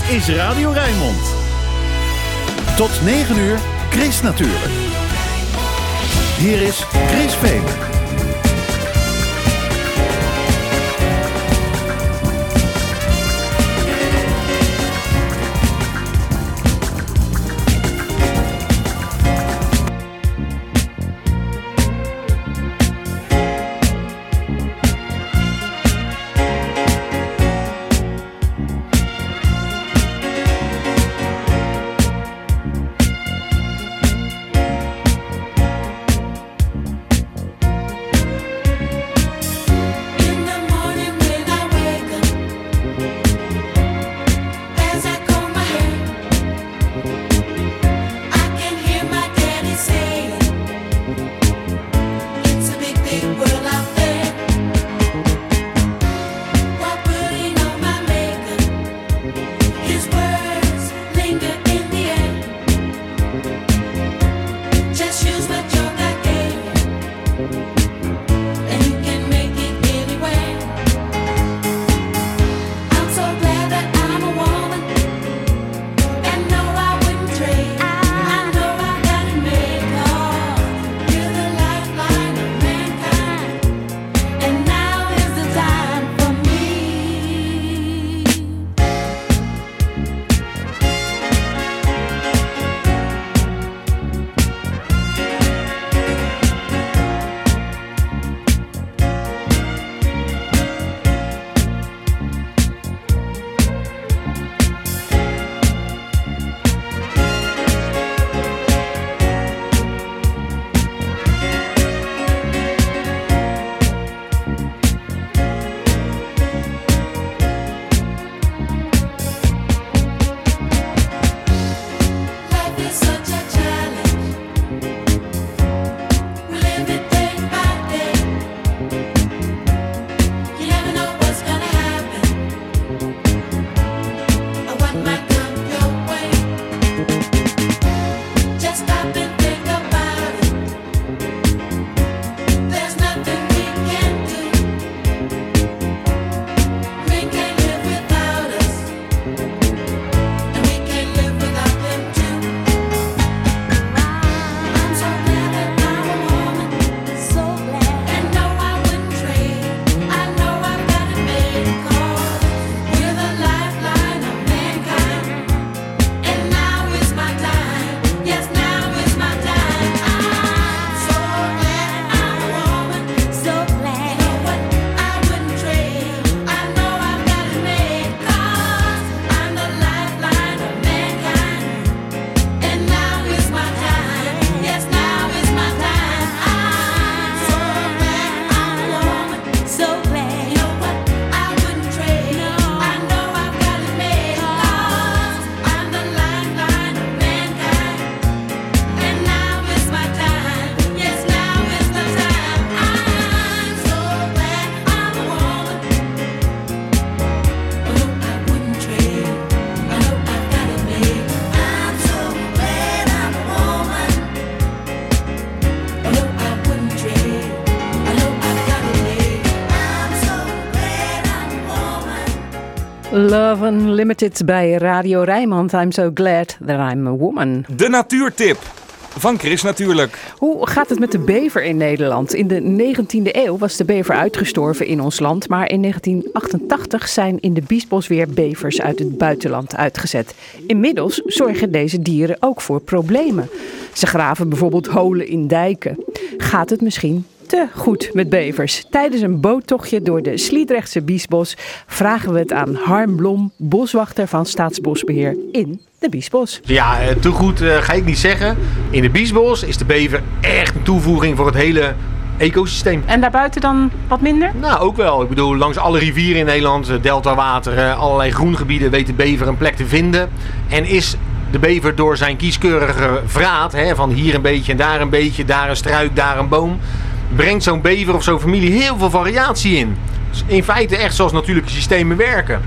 is Radio Rijnmond. Tot 9 uur, Chris natuurlijk. Hier is Chris Veen. Love Unlimited bij Radio Rijnmond. I'm so glad that I'm a woman. De natuurtip van Chris natuurlijk. Hoe gaat het met de bever in Nederland? In de 19e eeuw was de bever uitgestorven in ons land. Maar in 1988 zijn in de Biesbos weer bevers uit het buitenland uitgezet. Inmiddels zorgen deze dieren ook voor problemen. Ze graven bijvoorbeeld holen in dijken. Gaat het misschien te goed met bevers? Tijdens een boottochtje door de Sliedrechtse Biesbos vragen we het aan Harm Blom, boswachter van Staatsbosbeheer in de Biesbos. Ja, te goed ga ik niet zeggen. In de Biesbos is de bever echt een toevoeging voor het hele ecosysteem. En daarbuiten dan wat minder? Nou, ook wel. Ik bedoel, langs alle rivieren in Nederland, deltawater, allerlei groengebieden weet de bever een plek te vinden. En is de bever door zijn kieskeurige vraat, van hier een beetje en daar een beetje, daar een struik, daar een boom, brengt zo'n bever of zo'n familie heel veel variatie in. Dus in feite echt zoals natuurlijke systemen werken.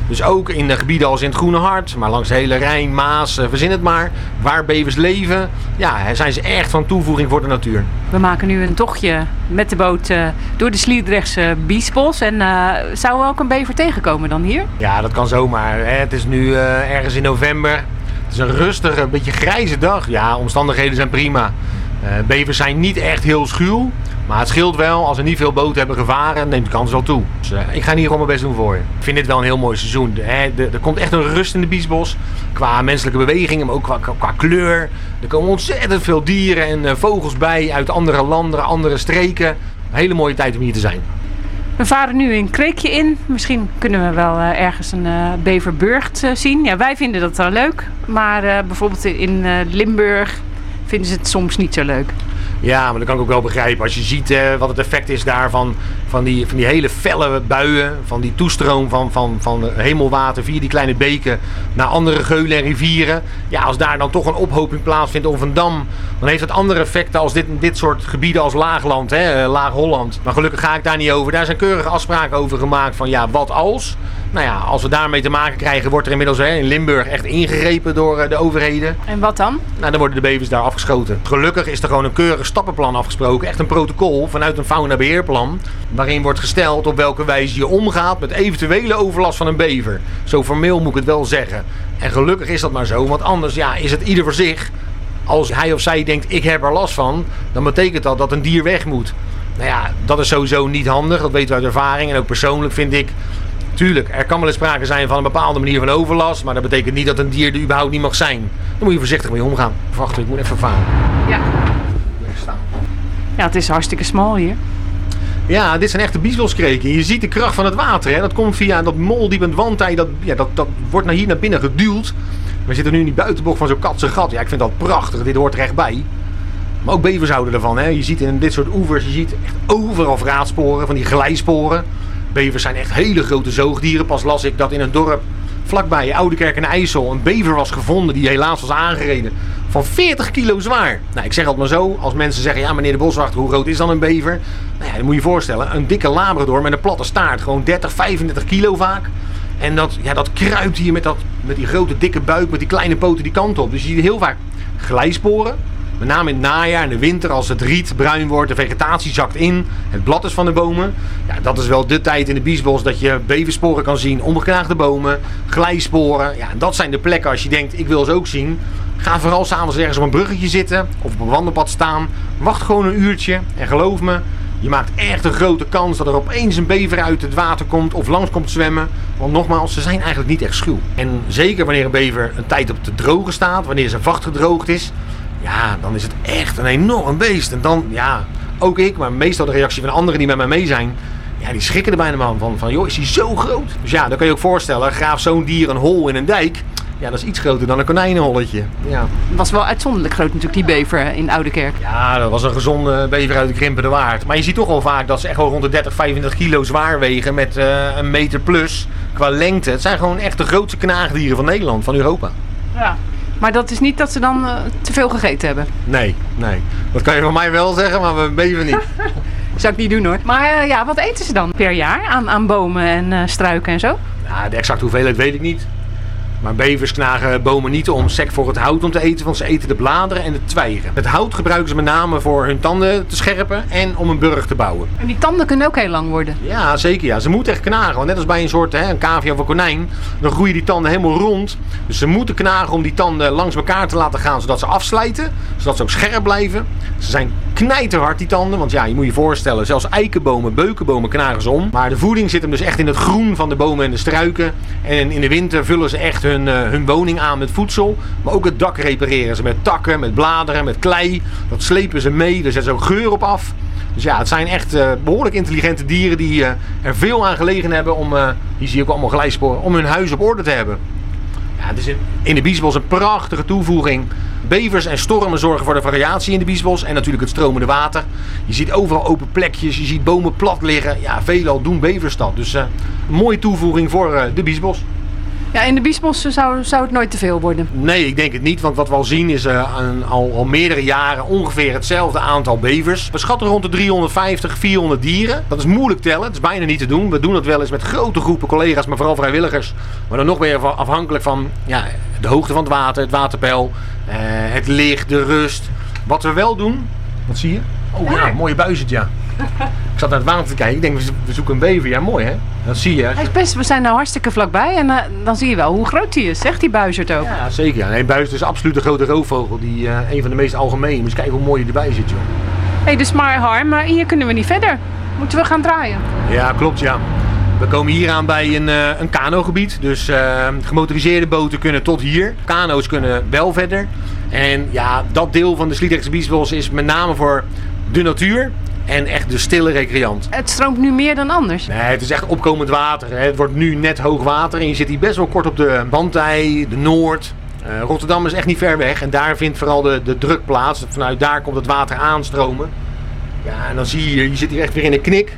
Dus ook in de gebieden als in het Groene Hart, maar langs de hele Rijn, Maas, verzin het maar, waar bevers leven, ja, zijn ze echt van toevoeging voor de natuur. We maken nu een tochtje met de boot door de Sliedrechtse Biesbos. En zouden we ook een bever tegenkomen dan hier? Ja, dat kan zomaar. Hè. Het is nu ergens in november. Het is een rustige, een beetje grijze dag. Ja, omstandigheden zijn prima. Bevers zijn niet echt heel schuw. Maar het scheelt wel, als er niet veel boten hebben gevaren, neemt de kans wel toe. Dus ik ga hier gewoon mijn best doen voor je. Ik vind dit wel een heel mooi seizoen. Er komt echt een rust in de Biesbos. Qua menselijke bewegingen, maar ook qua kleur. Er komen ontzettend veel dieren en vogels bij uit andere landen, andere streken. Een hele mooie tijd om hier te zijn. We varen nu een kreekje in. Misschien kunnen we wel ergens een beverburgt zien. Ja, wij vinden dat wel leuk. Maar bijvoorbeeld in Limburg vinden ze het soms niet zo leuk. Ja, maar dat kan ik ook wel begrijpen. Als je ziet wat het effect is daarvan, van die hele felle buien, van die toestroom van hemelwater via die kleine beken naar andere geulen en rivieren. Ja, als daar dan toch een ophoping plaatsvindt of een dam, dan heeft dat andere effecten als dit soort gebieden als Laagland, Laag-Holland. Maar gelukkig ga ik daar niet over. Daar zijn keurige afspraken over gemaakt van ja, wat als? Nou ja, als we daarmee te maken krijgen, wordt er inmiddels in Limburg echt ingegrepen door de overheden. En wat dan? Nou, dan worden de bevers daar afgeschoten. Gelukkig is er gewoon een keurig stappenplan afgesproken. Echt een protocol vanuit een faunabeheerplan. Waarin wordt gesteld op welke wijze je omgaat met eventuele overlast van een bever. Zo formeel moet ik het wel zeggen. En gelukkig is dat maar zo, want anders is het ieder voor zich. Als hij of zij denkt, ik heb er last van, dan betekent dat dat een dier weg moet. Nou ja, dat is sowieso niet handig. Dat weten we uit ervaring. En ook persoonlijk vind ik, tuurlijk, er kan wel eens sprake zijn van een bepaalde manier van overlast. Maar dat betekent niet dat een dier er überhaupt niet mag zijn. Daar moet je voorzichtig mee omgaan. Wacht, ik moet even varen. Ja. Ja, het is hartstikke smal hier. Ja, dit zijn echte biesboskreken. Je ziet de kracht van het water. Hè? Dat komt via dat moldiepend wandtij. Dat wordt hier naar binnen geduwd. We zitten nu in die buitenbocht van zo'n Katsengat. Ja, ik vind dat prachtig. Dit hoort er echt bij. Maar ook bevers houden ervan. Hè? Je ziet in dit soort oevers, je ziet echt overal vraatsporen, van die glijsporen. Bevers zijn echt hele grote zoogdieren. Pas las ik dat in een dorp vlakbij Oudekerk en IJssel een bever was gevonden die helaas was aangereden. Van 40 kilo zwaar. Nou, ik zeg het maar zo. Als mensen zeggen, ja meneer de boswachter, hoe groot is dan een bever? Nou ja, dan moet je je voorstellen. Een dikke labrador met een platte staart. Gewoon 30, 35 kilo vaak. En dat kruipt hier met die grote dikke buik, met die kleine poten die kant op. Dus je ziet heel vaak glijsporen. Met name in het najaar en de winter als het riet bruin wordt, de vegetatie zakt in, het blad is van de bomen. Ja, dat is wel de tijd in de Biesbos dat je beversporen kan zien, omgeknaagde bomen, glijsporen. Ja, en dat zijn de plekken als je denkt, ik wil ze ook zien. Ga vooral s'avonds ergens op een bruggetje zitten of op een wandelpad staan. Wacht gewoon een uurtje en geloof me, je maakt echt een grote kans dat er opeens een bever uit het water komt of langs komt zwemmen. Want nogmaals, ze zijn eigenlijk niet echt schuw. En zeker wanneer een bever een tijd op te drogen staat, wanneer zijn vacht gedroogd is. Ja, dan is het echt een enorm beest. En dan, ja, ook ik, maar meestal de reactie van anderen die met mij mee zijn. Ja, die schrikken er bijna van joh, is hij zo groot? Dus ja, dan kan je ook voorstellen, graaf zo'n dier een hol in een dijk. Ja, dat is iets groter dan een konijnenholletje. Ja. Het was wel uitzonderlijk groot natuurlijk, die bever in Oudekerk. Ja, dat was een gezonde bever uit de Krimpende Waard. Maar je ziet toch wel vaak dat ze echt wel rond de 30, 35 kilo zwaar wegen met een meter plus qua lengte. Het zijn gewoon echt de grootste knaagdieren van Nederland, van Europa. Ja. Maar dat is niet dat ze dan te veel gegeten hebben? Nee. Dat kan je van mij wel zeggen, maar we beven niet. Zou ik niet doen hoor. Maar wat eten ze dan per jaar aan bomen en struiken en zo? Ja, de exacte hoeveelheid weet ik niet. Maar bevers knagen bomen niet om sec voor het hout om te eten, want ze eten de bladeren en de twijgen. Het hout gebruiken ze met name voor hun tanden te scherpen en om een burg te bouwen. En die tanden kunnen ook heel lang worden? Ja, zeker. Ja. Ze moeten echt knagen. Want net als bij een soort een cavia of een konijn, dan groeien die tanden helemaal rond. Dus ze moeten knagen om die tanden langs elkaar te laten gaan, zodat ze afslijten. Zodat ze ook scherp blijven. Ze zijn knijterhard, die tanden. Want ja, je moet je voorstellen, zelfs eikenbomen, beukenbomen knagen ze om. Maar de voeding zit hem dus echt in het groen van de bomen en de struiken. En in de winter vullen ze echt hun woning aan met voedsel. Maar ook het dak repareren ze met takken, met bladeren, met klei. Dat slepen ze mee, daar zetten ze ook geur op af. Dus ja, het zijn echt behoorlijk intelligente dieren die er veel aan gelegen hebben om, hier zie je ook allemaal glijsporen, om hun huis op orde te hebben. Ja, het is in de Biesbos een prachtige toevoeging. Bevers en stormen zorgen voor de variatie in de Biesbos en natuurlijk het stromende water. Je ziet overal open plekjes, je ziet bomen plat liggen. Ja, veelal doen bevers dat. Dus een mooie toevoeging voor de Biesbos. Ja, in de Biesbossen zou het nooit te veel worden. Nee, ik denk het niet. Want wat we al zien is al meerdere jaren ongeveer hetzelfde aantal bevers. We schatten rond de 350, 400 dieren. Dat is moeilijk tellen. Het is bijna niet te doen. We doen het wel eens met grote groepen collega's, maar vooral vrijwilligers. Maar dan nog meer afhankelijk van de hoogte van het water, het waterpeil, het licht, de rust. Wat we wel doen... Wat zie je? Oh ja, mooie buizerd, ja. Ik zat naar het water te kijken. Ik denk, we zoeken een bever. Ja, mooi hè? Dat zie je. Hij is best, we zijn nou hartstikke vlakbij en dan zie je wel hoe groot hij is. Zegt die buizerd ook. Ja, zeker. Ja. Nee, buizerd is absoluut een grote roofvogel. Een van de meest algemene. Moet je kijken hoe mooi hij erbij zit, joh. Hé, dus maar Harm, maar hier kunnen we niet verder. Moeten we gaan draaien? Ja, klopt ja. We komen hier aan bij een kanogebied. Dus gemotoriseerde boten kunnen tot hier. Kano's kunnen wel verder. En ja, dat deel van de Sliedrechtse Biesbos is met name voor de natuur. En echt de stille recreant. Het stroomt nu meer dan anders. Nee, het is echt opkomend water. Het wordt nu net hoog water. En je zit hier best wel kort op de Wandtij, de Noord. Rotterdam is echt niet ver weg. En daar vindt vooral de druk plaats. Vanuit daar komt het water aanstromen. Ja, en dan zie je zit hier echt weer in een knik.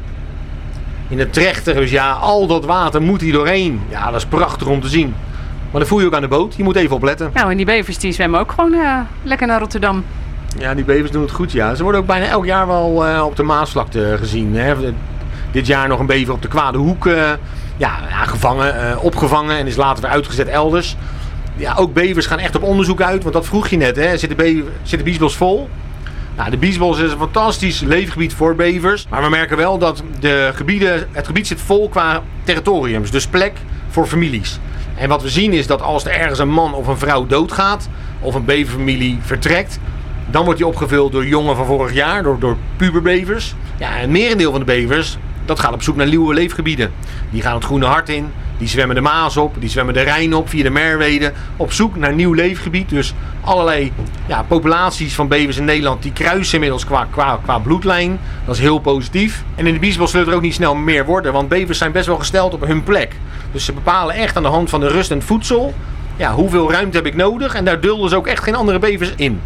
In de trechter. Dus ja, al dat water moet hier doorheen. Ja, dat is prachtig om te zien. Maar dat voel je ook aan de boot. Je moet even opletten. Nou, en die bevers die zwemmen ook gewoon lekker naar Rotterdam. Ja, die bevers doen het goed, ja. Ze worden ook bijna elk jaar wel op de Maasvlakte gezien. Hè. Dit jaar nog een bever op de Kwade Hoek gevangen, opgevangen en is later weer uitgezet elders. Ja, ook bevers gaan echt op onderzoek uit, want dat vroeg je net. Hè. Zit de Biesbos vol? Nou, de Biesbos is een fantastisch leefgebied voor bevers. Maar we merken wel dat het gebied zit vol qua territoriums. Dus plek voor families. En wat we zien is dat als er ergens een man of een vrouw doodgaat, of een beverfamilie vertrekt, dan wordt die opgevuld door jongen van vorig jaar, door puberbevers. Ja, en het merendeel van de bevers, dat gaat op zoek naar nieuwe leefgebieden. Die gaan het Groene Hart in, die zwemmen de Maas op, die zwemmen de Rijn op via de Merwede. Op zoek naar nieuw leefgebied. Dus allerlei populaties van bevers in Nederland, die kruisen inmiddels qua bloedlijn. Dat is heel positief. En in de Biesbos zullen er ook niet snel meer worden, want bevers zijn best wel gesteld op hun plek. Dus ze bepalen echt aan de hand van de rust en het voedsel, hoeveel ruimte heb ik nodig. En daar dulden ze ook echt geen andere bevers in.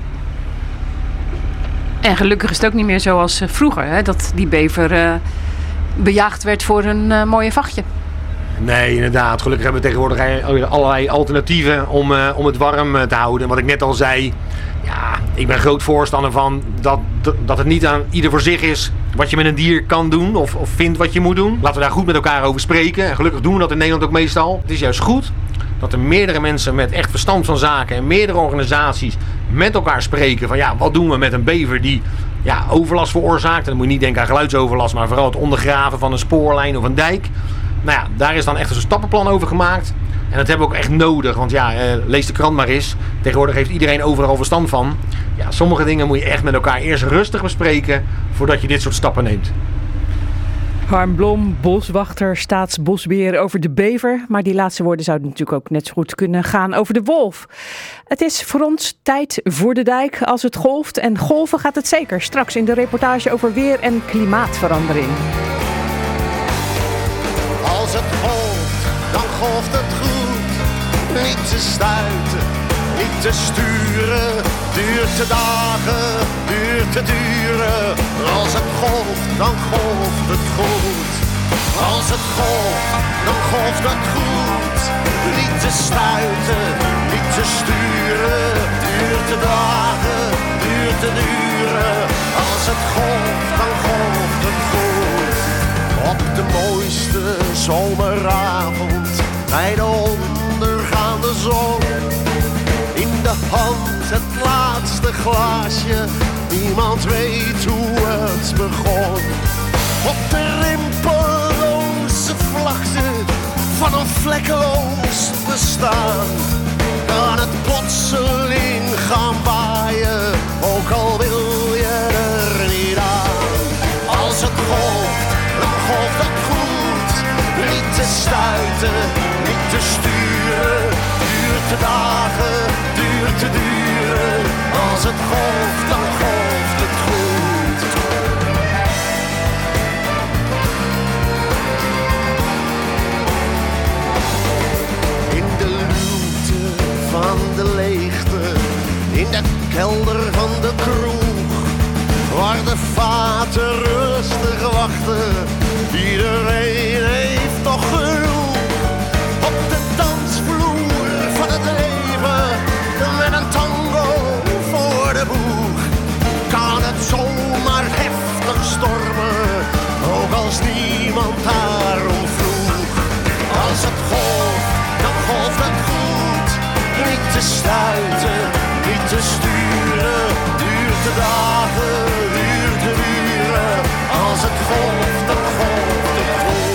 En gelukkig is het ook niet meer zoals vroeger, hè, dat die bever bejaagd werd voor een mooie vachtje. Nee, inderdaad. Gelukkig hebben we tegenwoordig allerlei alternatieven om het warm te houden. Wat ik net al zei, ik ben groot voorstander van dat het niet aan ieder voor zich is wat je met een dier kan doen of vindt wat je moet doen. Laten we daar goed met elkaar over spreken. En gelukkig doen we dat in Nederland ook meestal. Het is juist goed dat er meerdere mensen met echt verstand van zaken en meerdere organisaties met elkaar spreken van wat doen we met een bever die overlast veroorzaakt. En dan moet je niet denken aan geluidsoverlast, maar vooral het ondergraven van een spoorlijn of een dijk. Nou ja, daar is dan echt een stappenplan over gemaakt. En dat hebben we ook echt nodig, want lees de krant maar eens. Tegenwoordig heeft iedereen overal verstand van. Ja, sommige dingen moet je echt met elkaar eerst rustig bespreken voordat je dit soort stappen neemt. Harm Blom, boswachter, staatsbosbeheer over de bever. Maar die laatste woorden zouden natuurlijk ook net zo goed kunnen gaan over de wolf. Het is voor ons tijd voor de dijk als het golft. En golven gaat het zeker. Straks in de reportage over weer- en klimaatverandering. Als het golft, dan golft het goed. Niet te stuiten, niet te sturen. Duurt te dagen, duurt te duren. Als het golft, dan golft het goed. Als het golft, dan golft het goed. Niet te stuiten, niet te sturen. Duurt te dagen, duurt te duren. Als het golft, dan golft het goed. Op de mooiste zomeravond, bij de ondergaande zon. In de hand het laatste glaasje, niemand weet hoe het begon. Op de rimpelloze vlakte van een vlekkeloos bestaan, kan het plotseling gaan waaien, ook al wil je er niet aan. Als het golft, dan golft het goed. Niet te stuiten, niet te sturen. Duurt te dagen, duurt te duren. Als het golft, dan golft het goed. In de luwte van de leegte, in de kelder van de kroeg, waar de vaten rustig wachten, iedereen heeft toch genoeg. te stuiten, niet te sturen. Duurt de dagen, duurt de uren. Als het golft, dan golft het golft.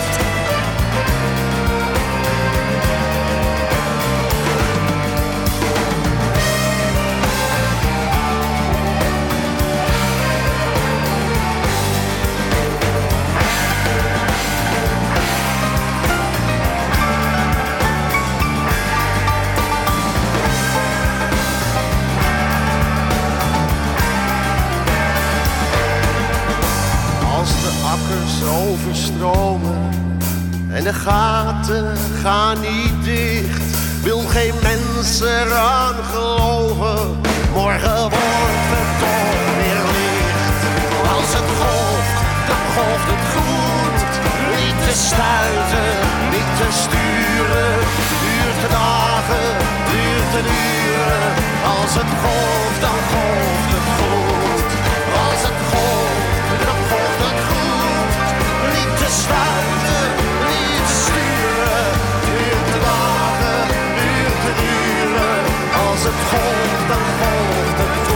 Overstromen en de gaten gaan niet dicht. Wil geen mens eraan geloven, morgen wordt het toch weer licht. Als het golft, dan golft het goed. Niet te stuiten, niet te sturen. Duurt de dagen, duurt de uren. Als het golft, dan golft het goed. Als het golft, dan golft het goed. Niet te stuiten, niet te sturen. Duurt de dagen, duurt de uren. Als het golft, dan golft het goed.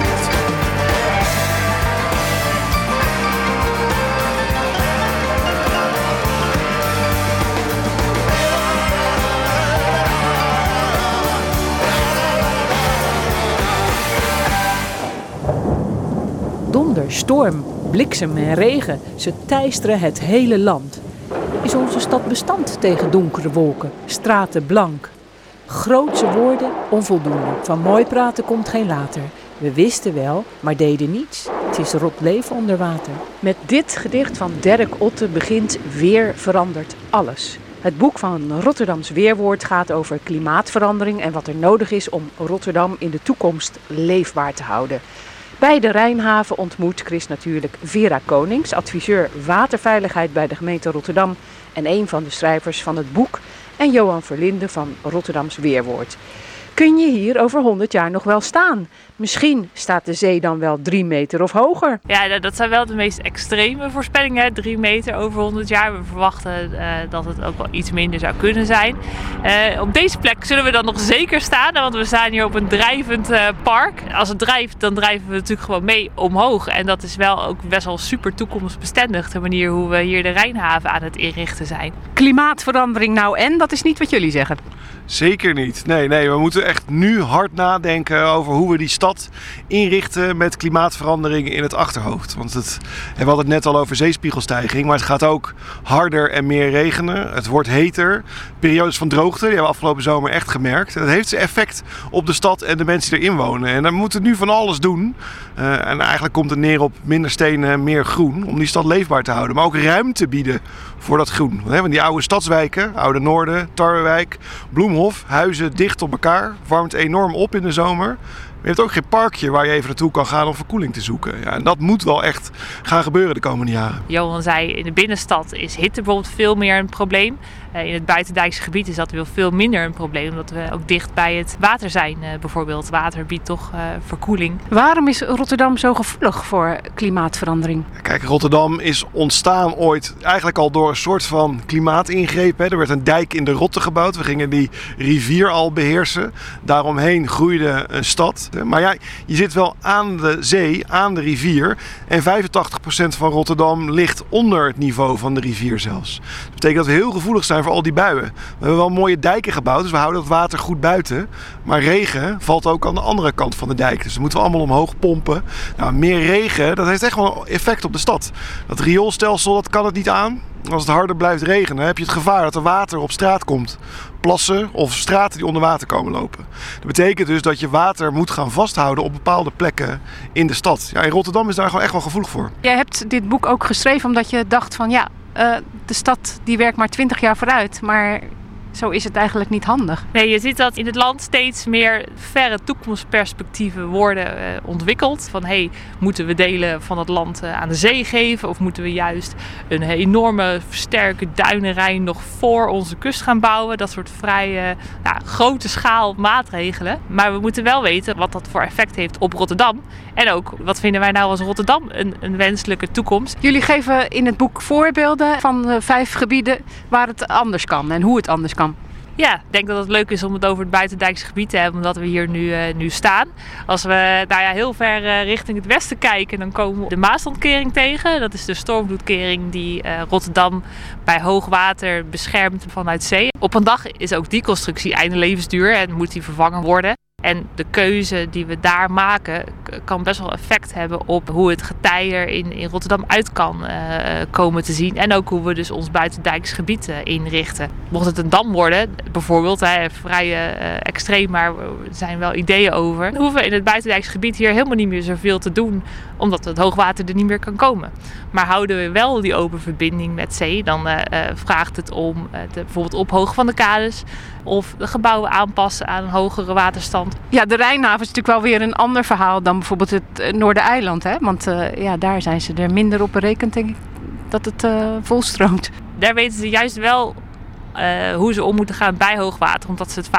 Donder, storm, bliksem en regen, ze teisteren het hele land. Is onze stad bestand tegen donkere wolken, straten blank? Grootse woorden, onvoldoende. Van mooi praten komt geen later. We wisten wel, maar deden niets. Het is rot leven onder water. Met dit gedicht van Derk Otte begint Weer verandert alles. Het boek van Rotterdams Weerwoord gaat over klimaatverandering en wat er nodig is om Rotterdam in de toekomst leefbaar te houden. Bij de Rijnhaven ontmoet Chris natuurlijk Vera Konings, adviseur waterveiligheid bij de gemeente Rotterdam en een van de schrijvers van het boek, en Johan Verlinde van Rotterdams Weerwoord. Kun je hier over 100 jaar nog wel staan? Misschien staat de zee dan wel 3 meter of hoger. Ja, dat zijn wel de meest extreme voorspellingen. 3 meter over 100 jaar. We verwachten dat het ook wel iets minder zou kunnen zijn. Op deze plek zullen we dan nog zeker staan. Want we staan hier op een drijvend park. Als het drijft, dan drijven we natuurlijk gewoon mee omhoog. En dat is wel ook best wel super toekomstbestendig. De manier hoe we hier de Rijnhaven aan het inrichten zijn. Klimaatverandering nou en? Dat is niet wat jullie zeggen. Zeker niet. Nee, we moeten echt nu hard nadenken over hoe we die stad inrichten met klimaatverandering in het achterhoofd. Want we hadden het net al over zeespiegelstijging, maar het gaat ook harder en meer regenen. Het wordt heter. Periodes van droogte, die hebben we afgelopen zomer echt gemerkt. En dat heeft zijn effect op de stad en de mensen die erin wonen. En dan moeten we nu van alles doen. En eigenlijk komt het neer op minder stenen, meer groen, om die stad leefbaar te houden. Maar ook ruimte bieden voor dat groen. Want die oude stadswijken, Oude Noorden, Tarwewijk, Bloemhof, huizen dicht op elkaar, warmt enorm op in de zomer. Je hebt ook geen parkje waar je even naartoe kan gaan om verkoeling te zoeken. Ja, en dat moet wel echt gaan gebeuren de komende jaren. Johan zei, in de binnenstad is hitte bijvoorbeeld veel meer een probleem. In het buitendijkse gebied is dat wel veel minder een probleem. Omdat we ook dicht bij het water zijn bijvoorbeeld. Water biedt toch verkoeling. Waarom is Rotterdam zo gevoelig voor klimaatverandering? Kijk, Rotterdam is ontstaan ooit eigenlijk al door een soort van klimaatingreep. Er werd een dijk in de Rotte gebouwd. We gingen die rivier al beheersen. Daaromheen groeide een stad. Maar ja, je zit wel aan de zee, aan de rivier. En 85% van Rotterdam ligt onder het niveau van de rivier zelfs. Dat betekent dat we heel gevoelig zijn voor al die buien. We hebben wel mooie dijken gebouwd, dus we houden het water goed buiten. Maar regen valt ook aan de andere kant van de dijk. Dus dat moeten we allemaal omhoog pompen. Nou, meer regen, dat heeft echt wel effect op de stad. Dat rioolstelsel, dat kan het niet aan. Als het harder blijft regenen, heb je het gevaar dat er water op straat komt. Plassen of straten die onder water komen lopen. Dat betekent dus dat je water moet gaan vasthouden op bepaalde plekken in de stad. Ja, in Rotterdam is daar gewoon echt wel gevoelig voor. Jij hebt dit boek ook geschreven omdat je dacht van de stad die werkt maar 20 jaar vooruit, maar zo is het eigenlijk niet handig. Nee, je ziet dat in het land steeds meer verre toekomstperspectieven worden ontwikkeld. Van moeten we delen van het land aan de zee geven? Of moeten we juist een enorme versterke duinenrij nog voor onze kust gaan bouwen? Dat soort vrij grote schaal maatregelen. Maar we moeten wel weten wat dat voor effect heeft op Rotterdam. En ook, wat vinden wij nou als Rotterdam een wenselijke toekomst? Jullie geven in het boek voorbeelden van 5 gebieden waar het anders kan en hoe het anders kan. Ja, ik denk dat het leuk is om het over het buitendijkse gebied te hebben, omdat we hier nu staan. Als we heel ver richting het westen kijken, dan komen we de Maaslandkering tegen. Dat is de stormvloedkering die Rotterdam bij hoogwater beschermt vanuit zee. Op een dag is ook die constructie einde levensduur en moet die vervangen worden. En de keuze die we daar maken kan best wel effect hebben op hoe het getij er in Rotterdam uit kan komen te zien. En ook hoe we dus ons buitendijks gebied inrichten. Mocht het een dam worden, bijvoorbeeld, vrij extreem, maar er zijn wel ideeën over. Dan hoeven we in het buitendijks gebied hier helemaal niet meer zoveel te doen, omdat het hoogwater er niet meer kan komen. Maar houden we wel die open verbinding met zee, dan vraagt het om bijvoorbeeld ophogen van de kades of de gebouwen aanpassen aan een hogere waterstand. Ja, de Rijnhaven is natuurlijk wel weer een ander verhaal dan bijvoorbeeld het Noordereiland. Hè? Want daar zijn ze er minder op berekend, denk ik, dat het volstroomt. Daar weten ze juist wel hoe ze om moeten gaan bij hoogwater, omdat ze het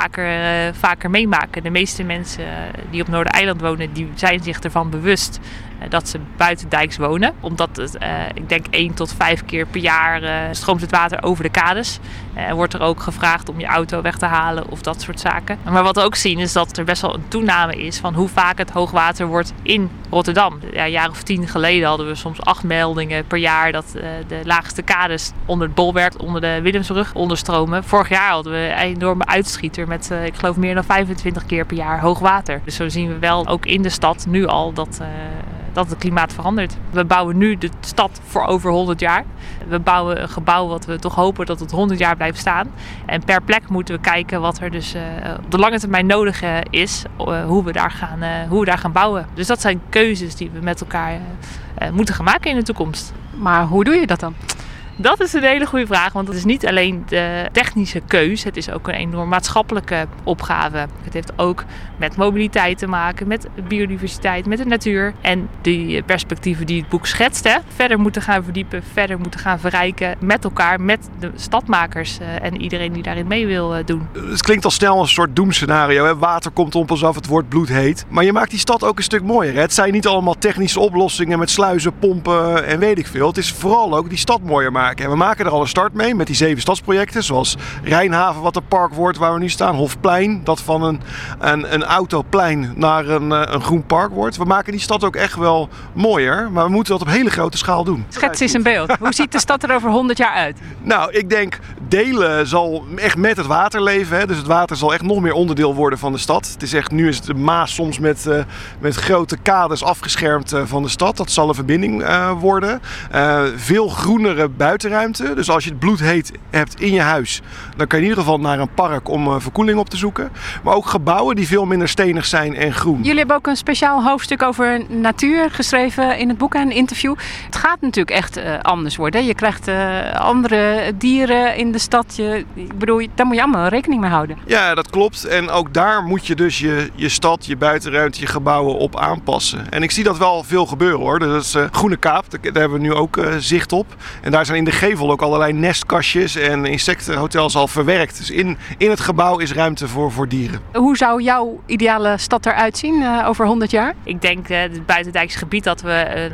vaker meemaken. De meeste mensen die op Noordereiland wonen, die zijn zich ervan bewust dat ze buitendijks wonen. Omdat het, ik denk 1 tot 5 keer per jaar stroomt het water over de kades. Wordt er ook gevraagd om je auto weg te halen of dat soort zaken. Maar wat we ook zien is dat er best wel een toename is van hoe vaak het hoogwater wordt in Rotterdam. Ja, een jaar of 10 geleden hadden we soms 8 meldingen per jaar dat de laagste kades onder het Bolwerk, onder de Willemsbrug onderstromen. Vorig jaar hadden we een enorme uitschieter met, ik geloof, meer dan 25 keer per jaar hoogwater. Dus zo zien we wel ook in de stad nu al dat het klimaat verandert. We bouwen nu de stad voor over 100 jaar. We bouwen een gebouw wat we toch hopen dat het 100 jaar blijft staan. En per plek moeten we kijken wat er dus op de lange termijn nodig is, hoe we daar gaan bouwen. Dus dat zijn keuzes die we met elkaar moeten gaan maken in de toekomst. Maar hoe doe je dat dan? Dat is een hele goede vraag, want het is niet alleen de technische keus, het is ook een enorm maatschappelijke opgave. Het heeft ook met mobiliteit te maken, met biodiversiteit, met de natuur en die perspectieven die het boek schetst. Verder moeten gaan verdiepen, verder moeten gaan verrijken met elkaar, met de stadmakers en iedereen die daarin mee wil doen. Het klinkt al snel een soort doemscenario. Hè? Water komt op ons af, het wordt bloedheet. Maar je maakt die stad ook een stuk mooier. Hè? Het zijn niet allemaal technische oplossingen met sluizen, pompen en weet ik veel. Het is vooral ook die stad mooier maken. En we maken er al een start mee met die 7 stadsprojecten, zoals Rijnhaven, wat een park wordt waar we nu staan. Hofplein, dat van een autoplein naar een groen park wordt. We maken die stad ook echt wel mooier, maar we moeten dat op hele grote schaal doen. Schets eens een beeld. Hoe ziet de stad er over 100 jaar uit? Nou, ik denk delen zal echt met het water leven. Hè? Dus het water zal echt nog meer onderdeel worden van de stad. Het is echt, nu is de Maas soms met grote kades afgeschermd van de stad. Dat zal een verbinding worden. Veel groenere buitenruimte. Dus als je het bloedheet hebt in je huis, dan kan je in ieder geval naar een park om verkoeling op te zoeken. Maar ook gebouwen die veel minder stenig zijn en groen. Jullie hebben ook een speciaal hoofdstuk over natuur geschreven in het boek en een interview. Het gaat natuurlijk echt anders worden. Je krijgt andere dieren in de stad. Ik bedoel, daar moet je allemaal rekening mee houden. Ja, dat klopt. En ook daar moet je dus je stad, je buitenruimte, je gebouwen op aanpassen. En ik zie dat wel veel gebeuren, hoor. Dat is Groene Kaap, daar hebben we nu ook zicht op. En daar zijn in de gevel ook allerlei nestkastjes en insectenhotels al verwerkt. Dus in het gebouw is ruimte voor dieren. Hoe zou jouw ideale stad eruit zien over 100 jaar? Ik denk het buitendijks gebied dat we een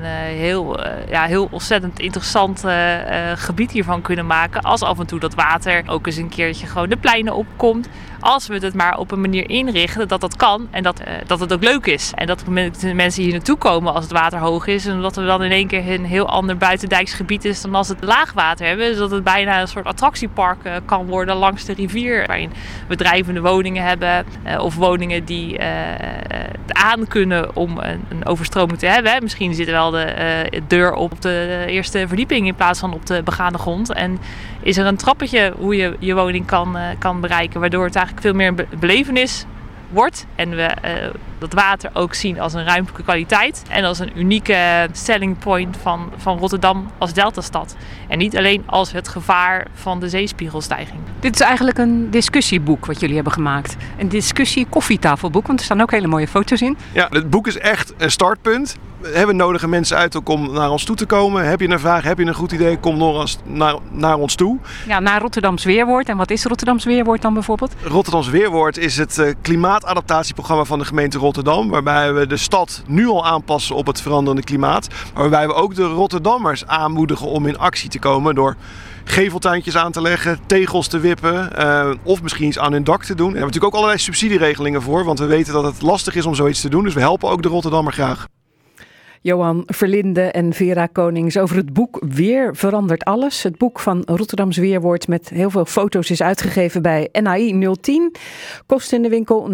heel ontzettend interessant gebied hiervan kunnen maken. Als af en toe dat water ook eens een keertje gewoon de pleinen opkomt. Als we het maar op een manier inrichten dat dat kan en dat het ook leuk is. En dat de mensen hier naartoe komen als het water hoog is. En dat we dan in één keer een heel ander buitendijks gebied is dan als het laagwater hebben. Dus dat het bijna een soort attractiepark kan worden langs de rivier. Waarin we drijvende woningen hebben. Of woningen die aan kunnen om een overstroming te hebben. Misschien zit er wel de deur op de eerste verdieping in plaats van op de begane grond. En is er een trappetje hoe je je woning kan bereiken. Waardoor het eigenlijk veel meer een belevenis wordt. En we dat water ook zien als een ruimtelijke kwaliteit. En als een unieke selling point van Rotterdam als deltastad. En niet alleen als het gevaar van de zeespiegelstijging. Dit is eigenlijk een discussieboek wat jullie hebben gemaakt. Een discussie-koffietafelboek, want er staan ook hele mooie foto's in. Ja, het boek is echt een startpunt. We nodigen mensen uit ook om naar ons toe te komen. Heb je een vraag, heb je een goed idee, kom naar ons toe. Ja, naar Rotterdams Weerwoord. En wat is Rotterdams Weerwoord dan bijvoorbeeld? Rotterdams Weerwoord is het klimaatadaptatieprogramma van de gemeente Rotterdam. Rotterdam. Waarbij we de stad nu al aanpassen op het veranderende klimaat. Maar waarbij we ook de Rotterdammers aanmoedigen om in actie te komen door geveltuintjes aan te leggen, tegels te wippen of misschien iets aan hun dak te doen. Daar hebben we natuurlijk ook allerlei subsidieregelingen voor, want we weten dat het lastig is om zoiets te doen. Dus we helpen ook de Rotterdammer graag. Johan Verlinde en Vera Konings over het boek Weer verandert alles. Het boek van Rotterdams Weerwoord met heel veel foto's is uitgegeven bij NAI 010. Kost in de winkel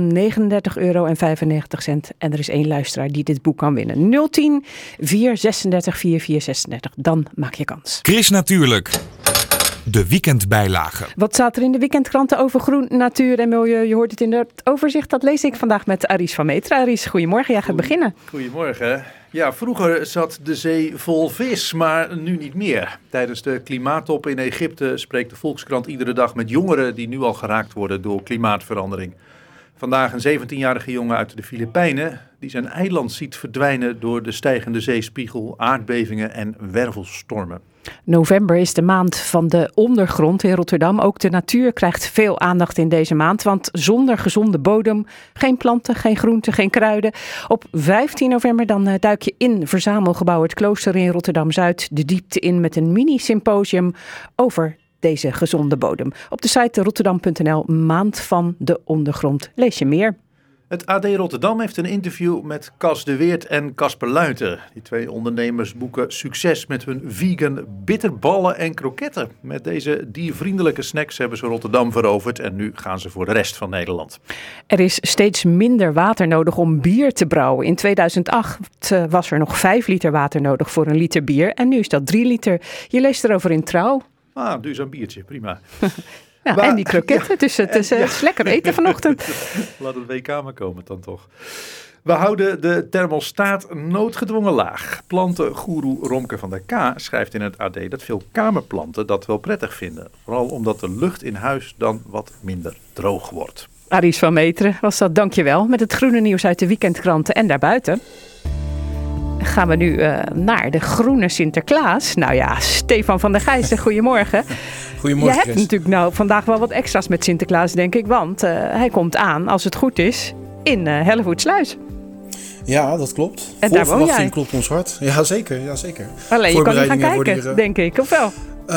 €39,95. En er is 1 luisteraar die dit boek kan winnen. 010 436 4436. Dan maak je kans. Chris Natuurlijk. De weekendbijlage. Wat staat er in de weekendkranten over groen, natuur en milieu? Je hoort het in het overzicht. Dat lees ik vandaag met Aris van Meteren. Aris, goedemorgen. Jij gaat beginnen. Goedemorgen. Ja, vroeger zat de zee vol vis, maar nu niet meer. Tijdens de klimaattop in Egypte spreekt de Volkskrant iedere dag met jongeren die nu al geraakt worden door klimaatverandering. Vandaag een 17-jarige jongen uit de Filipijnen die zijn eiland ziet verdwijnen door de stijgende zeespiegel, aardbevingen en wervelstormen. November is de maand van de ondergrond in Rotterdam. Ook de natuur krijgt veel aandacht in deze maand. Want zonder gezonde bodem, geen planten, geen groenten, geen kruiden. Op 15 november dan duik je in verzamelgebouw Het Klooster in Rotterdam-Zuid de diepte in met een mini-symposium over deze gezonde bodem. Op de site rotterdam.nl, Maand van de Ondergrond, lees je meer. Het AD Rotterdam heeft een interview met Cas de Weert en Casper Luijter. Die 2 ondernemers boeken succes met hun vegan bitterballen en kroketten. Met deze diervriendelijke snacks hebben ze Rotterdam veroverd en nu gaan ze voor de rest van Nederland. Er is steeds minder water nodig om bier te brouwen. In 2008 was er nog 5 liter water nodig voor een liter bier en nu is dat 3 liter. Je leest erover in Trouw. Duurzaam biertje, prima. Ja, en die kroketten, dus het is lekker eten vanochtend. Laat het WK maar komen dan toch. We houden de thermostaat noodgedwongen laag. Plantengoeroe Romke van der K schrijft in het AD dat veel kamerplanten dat wel prettig vinden. Vooral omdat de lucht in huis dan wat minder droog wordt. Aris van Meteren was dat, dankjewel. Met het groene nieuws uit de weekendkranten en daarbuiten. Gaan we nu naar de groene Sinterklaas. Nou ja, Stefan van der Gijzen, goedemorgen. Goedemorgen, Chris. Je hebt natuurlijk vandaag wel wat extra's met Sinterklaas, denk ik. Want hij komt aan, als het goed is, in Hellevoetsluis. Ja, dat klopt. En vol daar woon verwachting jij. Klopt ons hart. Ja, zeker. Ja, zeker. Alleen je kan niet gaan kijken, denk ik, of wel?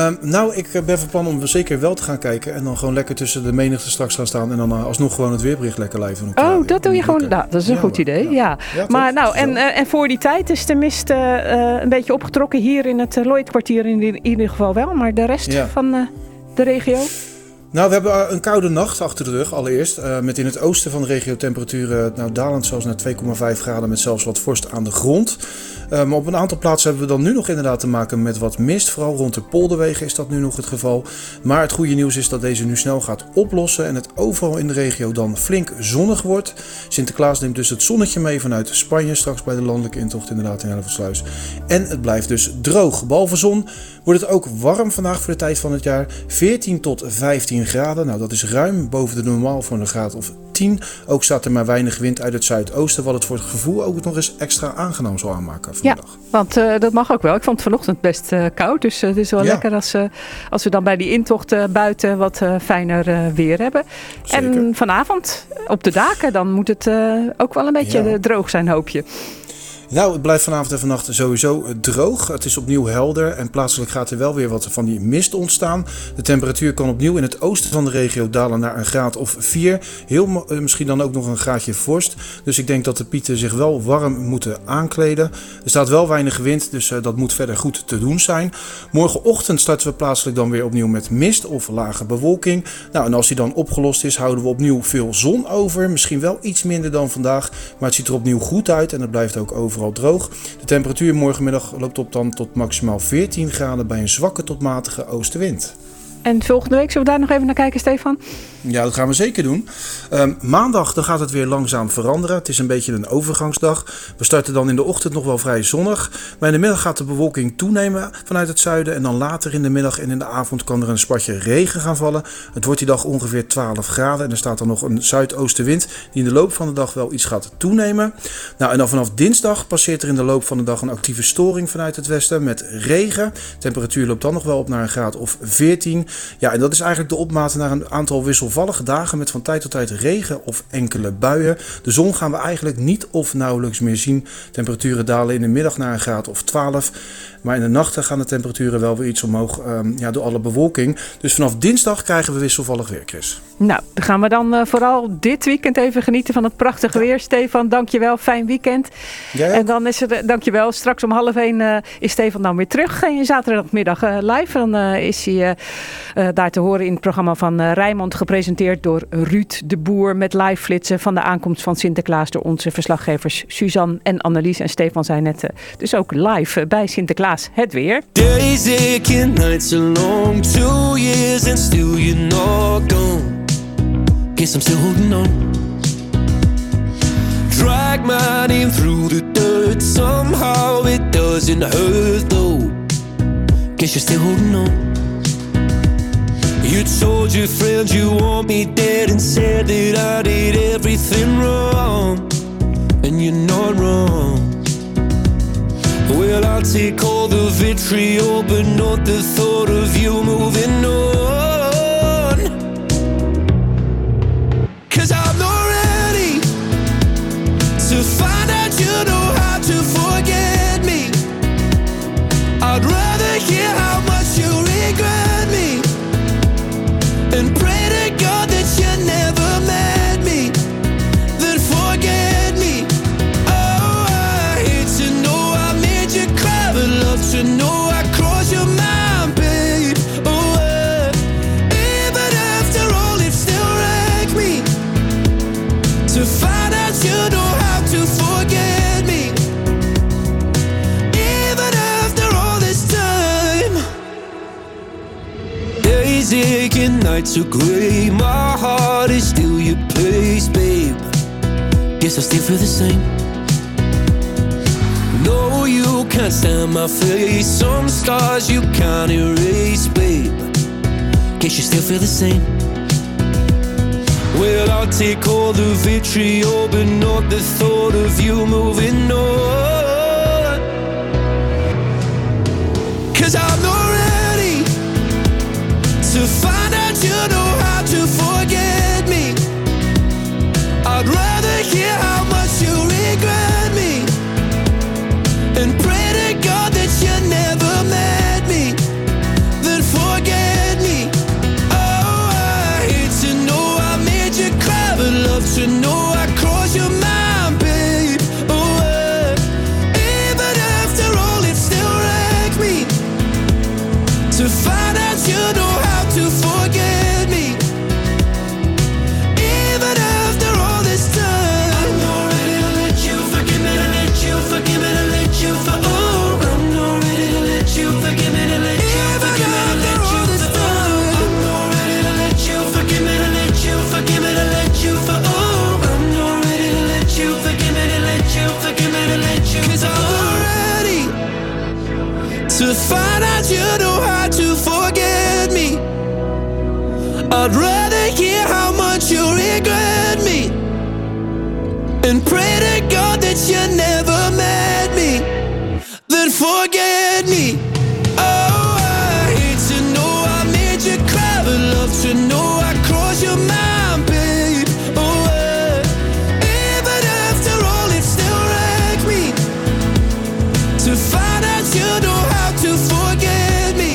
Ik ben van plan om zeker wel te gaan kijken. En dan gewoon lekker tussen de menigte straks gaan staan. En dan alsnog gewoon het weerbericht lekker live doen. Oh, dat doe je gewoon. Nou, dat is een goed idee. Ja. Maar nou, en voor die tijd is de mist een beetje opgetrokken. Hier in het Lloydkwartier in ieder geval wel. Maar de rest van de regio? Nou, we hebben een koude nacht achter de rug allereerst. Met in het oosten van de regio temperaturen dalend zelfs naar 2,5 graden met zelfs wat vorst aan de grond. Maar op een aantal plaatsen hebben we dan nu nog inderdaad te maken met wat mist. Vooral rond de polderwegen is dat nu nog het geval. Maar het goede nieuws is dat deze nu snel gaat oplossen en het overal in de regio dan flink zonnig wordt. Sinterklaas neemt dus het zonnetje mee vanuit Spanje, straks bij de landelijke intocht inderdaad in Hellevoetsluis. En het blijft dus droog. Behalve zon wordt het ook warm vandaag voor de tijd van het jaar. 14 tot 15 graden. Nou, dat is ruim boven de normaal voor een graad of 10. Ook staat er maar weinig wind uit het zuidoosten, wat het voor het gevoel ook nog eens extra aangenaam zal aanmaken vanmiddag. Ja, want dat mag ook wel. Ik vond het vanochtend best koud, dus het is wel lekker als we dan bij die intocht buiten wat fijner weer hebben. Zeker. En vanavond op de daken, dan moet het ook wel een beetje droog zijn, hoop je. Nou, het blijft vanavond en vannacht sowieso droog. Het is opnieuw helder en plaatselijk gaat er wel weer wat van die mist ontstaan. De temperatuur kan opnieuw in het oosten van de regio dalen naar een graad of 4. Misschien dan ook nog een graadje vorst. Dus ik denk dat de pieten zich wel warm moeten aankleden. Er staat wel weinig wind, dus dat moet verder goed te doen zijn. Morgenochtend starten we plaatselijk dan weer opnieuw met mist of lage bewolking. Nou, en als die dan opgelost is, houden we opnieuw veel zon over. Misschien wel iets minder dan vandaag, maar het ziet er opnieuw goed uit en het blijft ook overal droog. De temperatuur morgenmiddag loopt op dan tot maximaal 14 graden bij een zwakke tot matige oostenwind. En volgende week zullen we daar nog even naar kijken, Stefan? Ja, dat gaan we zeker doen. Maandag dan gaat het weer langzaam veranderen. Het is een beetje een overgangsdag. We starten dan in de ochtend nog wel vrij zonnig. Maar in de middag gaat de bewolking toenemen vanuit het zuiden. En dan later in de middag en in de avond kan er een spatje regen gaan vallen. Het wordt die dag ongeveer 12 graden. En er staat dan nog een zuidoostenwind die in de loop van de dag wel iets gaat toenemen. Nou, en dan vanaf dinsdag passeert er in de loop van de dag een actieve storing vanuit het westen met regen. De temperatuur loopt dan nog wel op naar een graad of 14. Ja, en dat is eigenlijk de opmaat naar een aantal wisselvallige wisselvallige dagen met van tijd tot tijd regen of enkele buien. De zon gaan we eigenlijk niet of nauwelijks meer zien. Temperaturen dalen in de middag naar een graad of 12. Maar in de nachten gaan de temperaturen wel weer iets omhoog door alle bewolking. Dus vanaf dinsdag krijgen we wisselvallig weer, Chris. Nou, dan gaan we dan vooral dit weekend even genieten van het prachtige weer. Stefan, dankjewel. Fijn weekend. En dan is er, dankjewel, straks om 12:30 is Stefan dan weer terug. In zaterdagmiddag live. Dan is hij daar te horen in het programma van Rijnmond. Gepresenteerd door Ruud de Boer. Met live flitsen van de aankomst van Sinterklaas door onze verslaggevers Suzanne en Annelies. En Stefan zei net dus ook live bij Sinterklaas het weer. Days aching, nights are long. 2 years and still you're not gone. Guess I'm still holding on. Drag my name through the dirt. Somehow it doesn't hurt though. Guess you're still holding on. You told your friends you want me dead and said that I did everything wrong. And you're not wrong. Well, I'll take all the vitriol, but not the thought of you moving on. 'Cause I'm not ready to find out you know how to forget me. I'd rather hear how much you regret me and pray to God that you never met me, then forget me. Oh, I hate to know I made you cry, but love to know I crossed your mind, babe. Oh, even after all it still wrecks me to find out you know how to forget me, even after all this time. Days aching, nights are grey. My heart is still your place, babe. Guess I still feel the same. No, you can't stand my face. Some scars you can't erase, babe. Guess you still feel the same. Well, I'll take all the vitriol, but not the thought of you moving on. 'Cause I'm not ready to find out you know how to forget me. I'd rather hear how much you regret me and pray to God that you never met me, then forget me. Oh, I hate to know I made you cry, but love to know I crossed your mind, babe. Oh, even after all it still wrecks me to find out you know how to forget me, even after all this time. I'm not ready to let you forgive me, to let you forgive me, to let you for. Oh, I'm not ready to let you forgive me, to let you forgive me, to let you for. I'm not ready to let you forgive me, to let you forgive me, to let you for. Oh, I'm not ready to let you forgive me, to let you forgive me, to let you. 'Cause I'm not ready to find out you know how to forget me. I'd rather hear how much you regret me and pray to God that you never met me, then forget me. Oh, I hate to know I made you cry, but love to know I crossed your mind, babe. Oh, even after all it still wrecks me to find out you know how to forget me,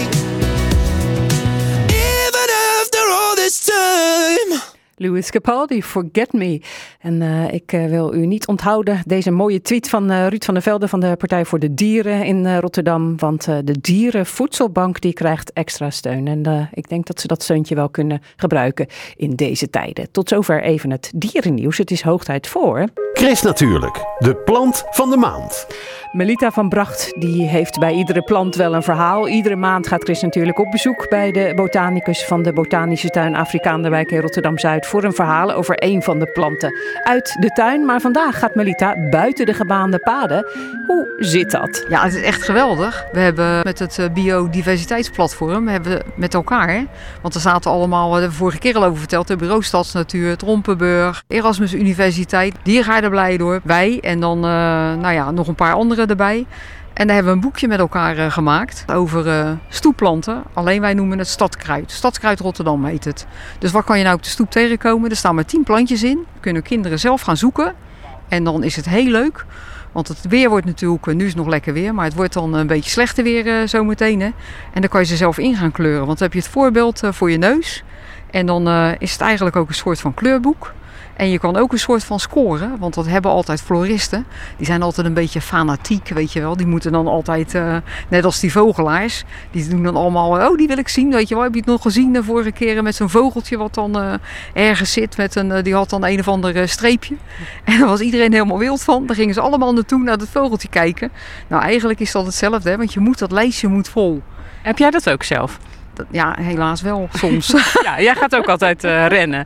even after all this time. Lewis Capaldi, Forget Me. En ik wil u niet onthouden deze mooie tweet van Ruud van der Velde van de Partij voor de Dieren in Rotterdam. Want de Dierenvoedselbank die krijgt extra steun. En ik denk dat ze dat steuntje wel kunnen gebruiken in deze tijden. Tot zover even het dierennieuws. Het is hoog tijd voor... Chris natuurlijk, de plant van de maand. Melita van Bracht die heeft bij iedere plant wel een verhaal. Iedere maand gaat Chris natuurlijk op bezoek bij de botanicus van de Botanische Tuin Afrikaanderwijk in Rotterdam-Zuid voor een verhaal over een van de planten uit de tuin. Maar vandaag gaat Melita buiten de gebaande paden. Hoe zit dat? Ja, het is echt geweldig. We hebben met het biodiversiteitsplatform, we hebben met elkaar, hè? Want er zaten allemaal, we hebben vorige keer al over verteld, de Bureau Stadsnatuur, Trompenburg, Erasmus Universiteit, Diergaarde Blijdorp, wij en dan nog een paar anderen erbij. En daar hebben we een boekje met elkaar gemaakt over stoepplanten. Alleen wij noemen het stadskruid. Stadskruid Rotterdam heet het. Dus wat kan je nou op de stoep tegenkomen? Er staan maar 10 plantjes in. Kunnen kinderen zelf gaan zoeken. En dan is het heel leuk. Want het weer wordt natuurlijk, nu is het nog lekker weer, maar het wordt dan een beetje slechter weer zometeen. Hè? En dan kan je ze zelf in gaan kleuren. Want dan heb je het voorbeeld voor je neus. En dan is het eigenlijk ook een soort van kleurboek. En je kan ook een soort van scoren, want dat hebben altijd floristen. Die zijn altijd een beetje fanatiek, weet je wel. Die moeten dan altijd, net als die vogelaars, die doen dan allemaal, die wil ik zien, weet je wel. Heb je het nog gezien de vorige keer met zo'n vogeltje wat dan ergens zit, die had dan een of ander streepje. En daar was iedereen helemaal wild van. Daar gingen ze allemaal naartoe naar dat vogeltje kijken. Nou, eigenlijk is dat hetzelfde, hè, want dat lijstje moet vol. Heb jij dat ook zelf? Ja, helaas wel, soms. Ja, jij gaat ook altijd rennen.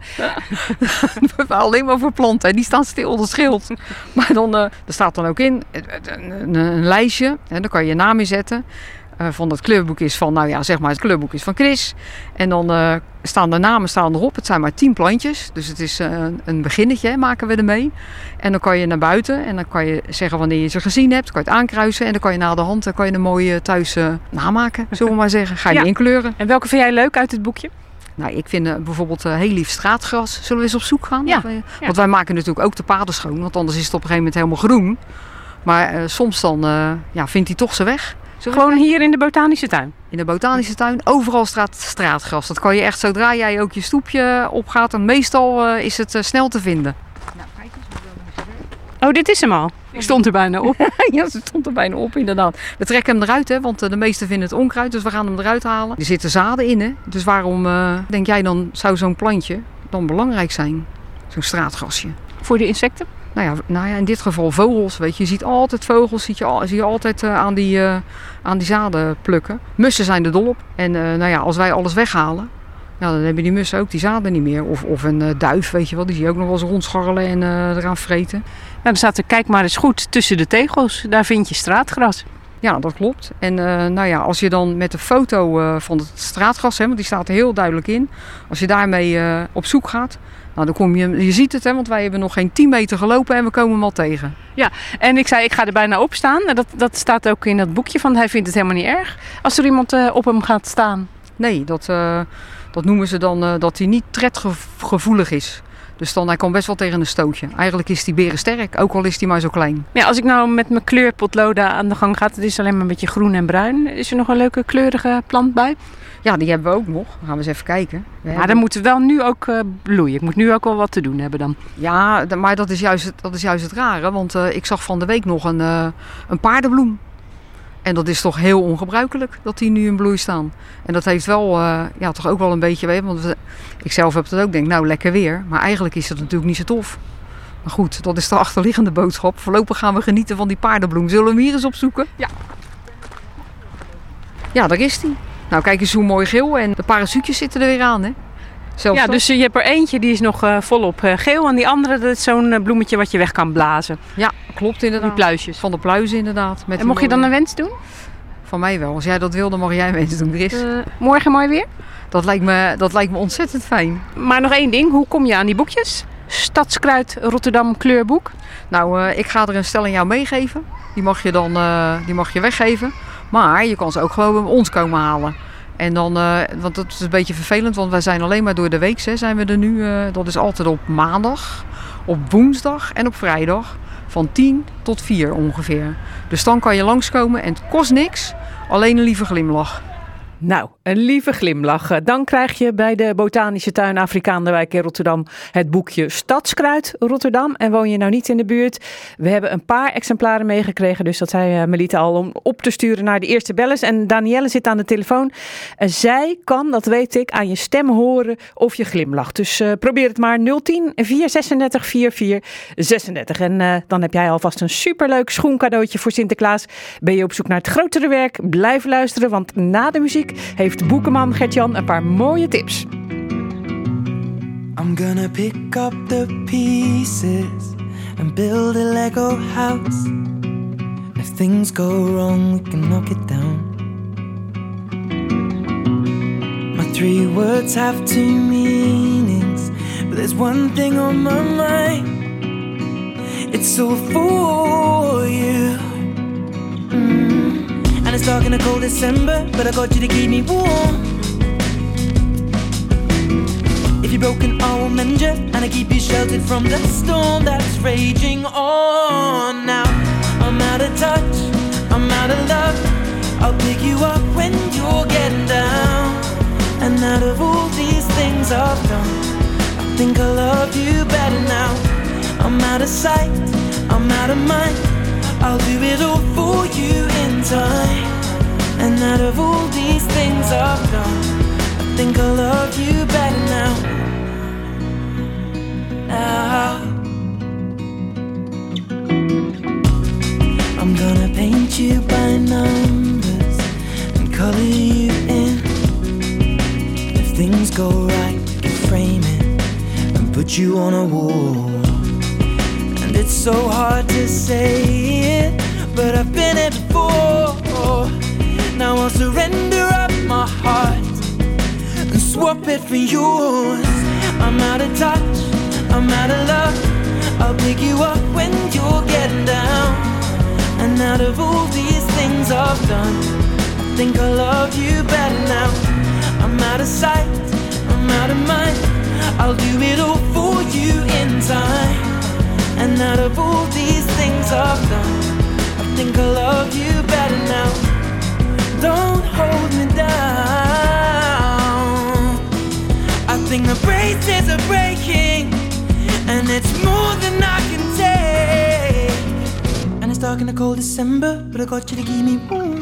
Alleen maar voor planten. Die staan stil, dat scheelt. Maar dan, er staat dan ook in een lijstje. En dan kan je je naam in zetten. Van het kleurboek is van, het kleurboek is van Chris. En dan staan de namen erop. Het zijn maar 10 plantjes. Dus het is een beginnetje, maken we ermee. En dan kan je naar buiten. En dan kan je zeggen wanneer je ze gezien hebt. Dan kan je het aankruisen. En dan kan je na de hand een mooie thuis namaken. Zullen we maar zeggen. Ga je inkleuren. En welke vind jij leuk uit het boekje? Nou, ik vind bijvoorbeeld heel lief straatgras. Zullen we eens op zoek gaan? Ja. Want wij maken natuurlijk ook de paden schoon. Want anders is het op een gegeven moment helemaal groen. Maar soms dan vindt hij toch zijn weg. Gewoon hier in de botanische tuin? In de botanische tuin, overal straatgras. Dat kan je echt, zodra jij ook je stoepje opgaat, en meestal is het snel te vinden. Nou, kijk eens. Oh, dit is hem al. Ik stond er bijna op. Ja, ze stond er bijna op, inderdaad. We trekken hem eruit, hè, want de meesten vinden het onkruid, dus we gaan hem eruit halen. Er zitten zaden in, hè. Dus waarom denk jij dan, zou zo'n plantje dan belangrijk zijn? Zo'n straatgrasje. Voor de insecten? Nou ja, in dit geval vogels, weet je. Je ziet altijd vogels, zie je altijd aan die zaden plukken. Mussen zijn er dol op. En als wij alles weghalen, dan hebben die mussen ook die zaden niet meer. Of een duif, weet je wel, die zie je ook nog wel eens rondscharrelen en eraan vreten. Nou, dan staat er, kijk maar eens goed, tussen de tegels, daar vind je straatgras. Ja, dat klopt. En als je dan met de foto van het straatgras, hè, want die staat er heel duidelijk in. Als je daarmee op zoek gaat, nou, dan kom je ziet het, hè, want wij hebben nog geen 10 meter gelopen en we komen hem al tegen. Ja, en ik zei, ik ga er bijna op staan. Dat staat ook in dat boekje van, hij vindt het helemaal niet erg als er iemand op hem gaat staan. Nee, dat noemen ze dan dat hij niet tredgevoelig is. Dus dan, hij komt best wel tegen een stootje. Eigenlijk is die berensterk, ook al is die maar zo klein. Ja, als ik nou met mijn kleurpotloden aan de gang ga, het is alleen maar een beetje groen en bruin. Is er nog een leuke kleurige plant bij? Ja, die hebben we ook nog. Dan gaan we eens even kijken. Maar dan moeten we wel nu ook bloeien. Ik moet nu ook wel wat te doen hebben dan. Ja, maar dat is juist het rare. Want ik zag van de week nog een paardenbloem. En dat is toch heel ongebruikelijk dat die nu in bloei staan. En dat heeft wel, toch ook wel een beetje... Want ik zelf heb het ook, denk nou lekker weer. Maar eigenlijk is dat natuurlijk niet zo tof. Maar goed, dat is de achterliggende boodschap. Voorlopig gaan we genieten van die paardenbloem. Zullen we hem hier eens opzoeken? Ja. Ja, daar is die. Nou, kijk eens hoe mooi geel. En de parachutjes zitten er weer aan, hè? Zelfs ja, dus je hebt er eentje die is nog volop geel. En die andere, dat is zo'n bloemetje wat je weg kan blazen. Ja, klopt inderdaad. Die pluisjes. Van de pluizen inderdaad. En mocht je dan een wens doen? Van mij wel. Als jij dat wil, dan mag jij een wens doen, Chris. Morgen mooi weer? Dat lijkt me ontzettend fijn. Maar nog één ding. Hoe kom je aan die boekjes? Stadskruid Rotterdam kleurboek. Nou, ik ga er een stel aan jou meegeven. Die mag je weggeven. Maar je kan ze ook gewoon bij ons komen halen. En dan, want dat is een beetje vervelend, want wij zijn alleen maar door de week, zijn we er nu. Dat is altijd op maandag, op woensdag en op vrijdag. Van 10 tot 4 ongeveer. Dus dan kan je langskomen en het kost niks, alleen een lieve glimlach. Nou, een lieve glimlach. Dan krijg je bij de Botanische Tuin Afrikaanderwijk in Rotterdam het boekje Stadskruid Rotterdam. En woon je nou niet in de buurt? We hebben een paar exemplaren meegekregen, dus dat zei Melita al, om op te sturen naar de eerste bellers. En Danielle zit aan de telefoon. Zij kan, dat weet ik, aan je stem horen of je glimlacht. Dus probeer het maar. 010 436 4436. En dan heb jij alvast een superleuk schoencadeautje voor Sinterklaas. Ben je op zoek naar het grotere werk? Blijf luisteren, want na de muziek heeft boekenman Gert-Jan een paar mooie tips. I'm gonna pick up the pieces and build a Lego house. If things go wrong, we can knock it down. My 3 words have 2 meanings, but there's one thing on my mind. It's all for you. And it's dark in a cold December, but I got you to keep me warm. If you're broken, I will mend you, and I keep you sheltered from the storm that's raging on. Now I'm out of touch, I'm out of love. I'll pick you up when you're getting down. And out of all these things I've done, I think I love you better now. I'm out of sight, I'm out of mind. I'll do it all for you in time. And out of all these things I've done, I think I love you better now. Now I'm gonna paint you by numbers and color you in. If things go right, we can frame it and put you on a wall. And it's so hard to say it, but I've been it before. Now I'll surrender up my heart and swap it for yours. I'm out of touch, I'm out of love. I'll pick you up when you're getting down. And out of all these things I've done, I think I love you better now. I'm out of sight, I'm out of mind. I'll do it all for you in time. And out of all these things I've done, I think I love you better now. Don't hold me down. I think the braces are breaking, and it's more than I can take. And it's dark in the cold December, but I got you to keep me warm.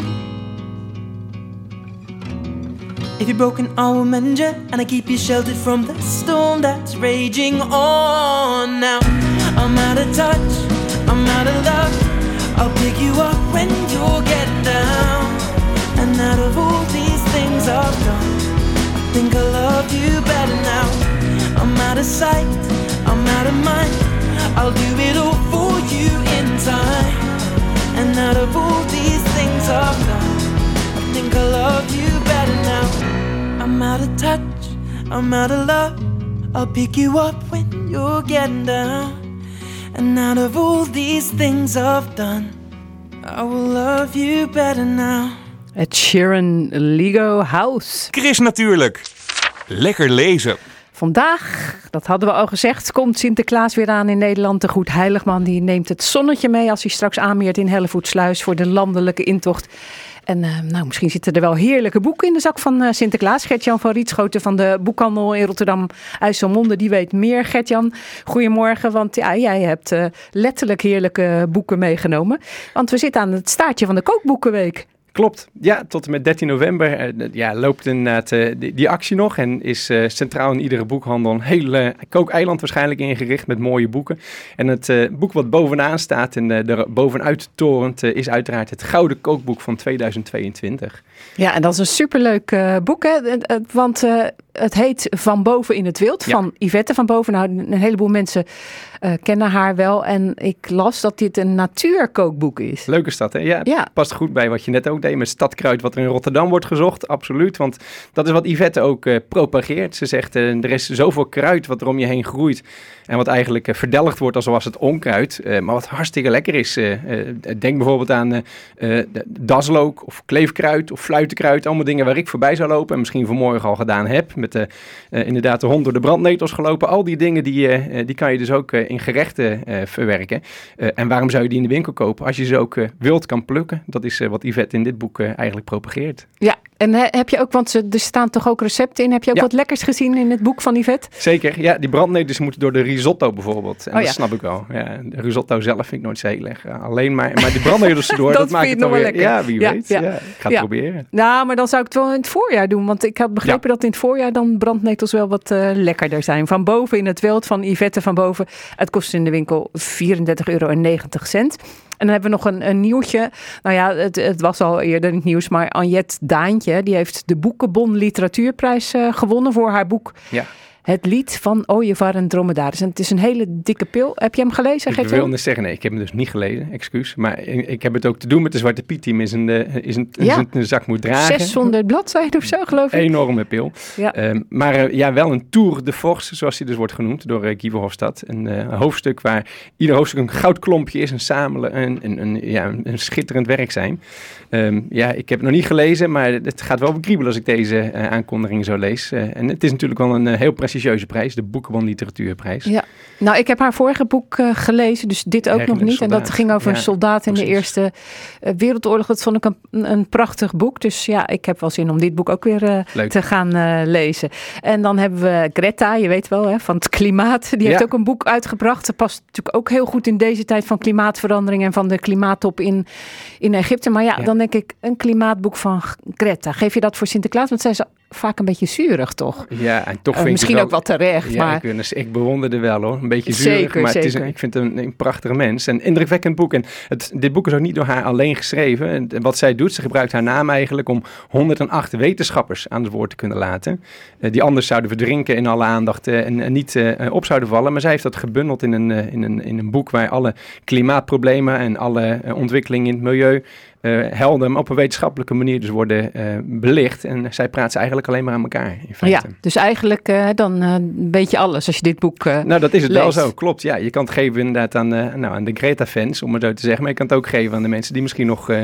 If you're broken, I will mend you, and I keep you sheltered from the storm that's raging on. Now I'm out of touch, I'm out of love. I'll pick you up when you're getting down. And out of all these things I've done, I think I love you better now. I'm out of sight, I'm out of mind. I'll do it all for you in time. And out of all these things I've done, I think I love you better now. I'm out of touch, I'm out of love. I'll pick you up when you're getting down. And out of all these things I've done, I will love you better now. Ed Sheeran, Lego House. Chris natuurlijk. Lekker lezen. Vandaag, dat hadden we al gezegd, komt Sinterklaas weer aan in Nederland. De Goed Heiligman die neemt het zonnetje mee als hij straks aanmeert in Hellevoetsluis voor de landelijke intocht. En misschien zitten er wel heerlijke boeken in de zak van Sinterklaas. Gert-Jan van Rietschoten van de boekhandel in Rotterdam IJsselmonde, die weet meer. Gert-Jan, goedemorgen, want ja, jij hebt letterlijk heerlijke boeken meegenomen. Want we zitten aan het staartje van de Kookboekenweek. Klopt, ja, tot en met 13 november loopt inderdaad die actie nog en is centraal in iedere boekhandel een hele kookeiland waarschijnlijk ingericht met mooie boeken. En het boek wat bovenaan staat en er bovenuit torent is uiteraard het Gouden Kookboek van 2022. Ja, en dat is een superleuk boek, hè? Want het heet Van Boven in het Wild, van Yvette van Boven. Nou, een heleboel mensen kennen haar wel. En ik las dat dit een natuurkookboek is. Leuk is dat, hè? Ja, past goed bij wat je net ook deed met stadkruid wat er in Rotterdam wordt gezocht. Absoluut, want dat is wat Yvette ook propageert. Ze zegt, er is zoveel kruid wat er om je heen groeit. En wat eigenlijk verdelgd wordt als was het onkruid. Maar wat hartstikke lekker is. Denk bijvoorbeeld aan daslook of kleefkruid of fluitenkruid. Allemaal dingen waar ik voorbij zou lopen. En misschien vanmorgen al gedaan heb. Met inderdaad de hond door de brandnetels gelopen. Al die dingen die kan je dus ook in gerechten verwerken. En waarom zou je die in de winkel kopen? Als je ze ook wild kan plukken. Dat is wat Yvette in dit boek eigenlijk propageert. Ja, en heb je ook, want er staan toch ook recepten in. Heb je ook wat lekkers gezien in het boek van Yvette? Zeker, ja. Die brandnetels moeten door de risotto bijvoorbeeld. En dat snap ik wel. Ja, de risotto zelf vind ik nooit zo heel erg. Alleen maar die brandnetels erdoor, dat maakt het dan weer lekker. Ja, wie weet. Ja. Ik ga het proberen. Nou, maar dan zou ik het wel in het voorjaar doen. Want ik had begrepen dat in het voorjaar dan brandnetels wel wat lekkerder zijn. Van Boven in het Wild van Yvette van Boven. Het kost in de winkel €34,90. En dan hebben we nog een nieuwtje. Nou ja, het was al eerder in het nieuws, maar Anjet Daantje, die heeft de Boekenbon Literatuurprijs gewonnen voor haar boek. Ja. Het lied van Ooievaar en Dromedaris. En het is een hele dikke pil. Heb je hem gelezen, Ik Gert-Jan? wilde zeggen, nee, ik heb hem dus niet gelezen, excuus. Maar ik heb het ook te doen met de Zwarte Piet die hem in zijn zak moet dragen. 600 bladzijden of zo, geloof ik. Enorme pil. Ja. Maar wel een tour de force, zoals hij dus wordt genoemd door Guy Verhofstadt. Een hoofdstuk waar ieder hoofdstuk een goudklompje is, een schitterend werk zijn. Ik heb het nog niet gelezen, maar het gaat wel bekriebelen als ik deze aankondiging zo lees. En het is natuurlijk wel een heel prestigieuze prijs, de Boekenbon Literatuurprijs. Ja, nou ik heb haar vorige boek gelezen, dus dit ook nog niet. En dat ging over een soldaat in de Eerste Wereldoorlog. Dat vond ik een prachtig boek. Dus ja, ik heb wel zin om dit boek ook weer te gaan lezen. En dan hebben we Greta, je weet wel, van het klimaat. Die heeft ook een boek uitgebracht. Dat past natuurlijk ook heel goed in deze tijd van klimaatverandering en van de klimaattop in Egypte. Maar dan denk ik, een klimaatboek van Greta. Geef je dat voor Sinterklaas? Want zij is vaak een beetje zuurig, toch? Ja, en toch vind misschien ik ook wel terecht. Ja, maar ik bewonderde wel hoor. Een beetje zuurig, maar ik vind het een prachtige mens. En indrukwekkend boek. En dit boek is ook niet door haar alleen geschreven. En wat zij doet, ze gebruikt haar naam eigenlijk om 108 wetenschappers aan het woord te kunnen laten. Die anders zouden verdrinken in alle aandacht en niet op zouden vallen. Maar zij heeft dat gebundeld in een boek waar alle klimaatproblemen en alle ontwikkelingen in het milieu helder, maar op een wetenschappelijke manier dus worden belicht. En zij praat ze eigenlijk alleen maar aan elkaar, in feite. Ja, dus eigenlijk dan weet je alles als je dit boek Nou, dat is het leest. wel zo, klopt. Ja, je kan het geven inderdaad aan de Greta-fans, om maar zo te zeggen. Maar je kan het ook geven aan de mensen die misschien nog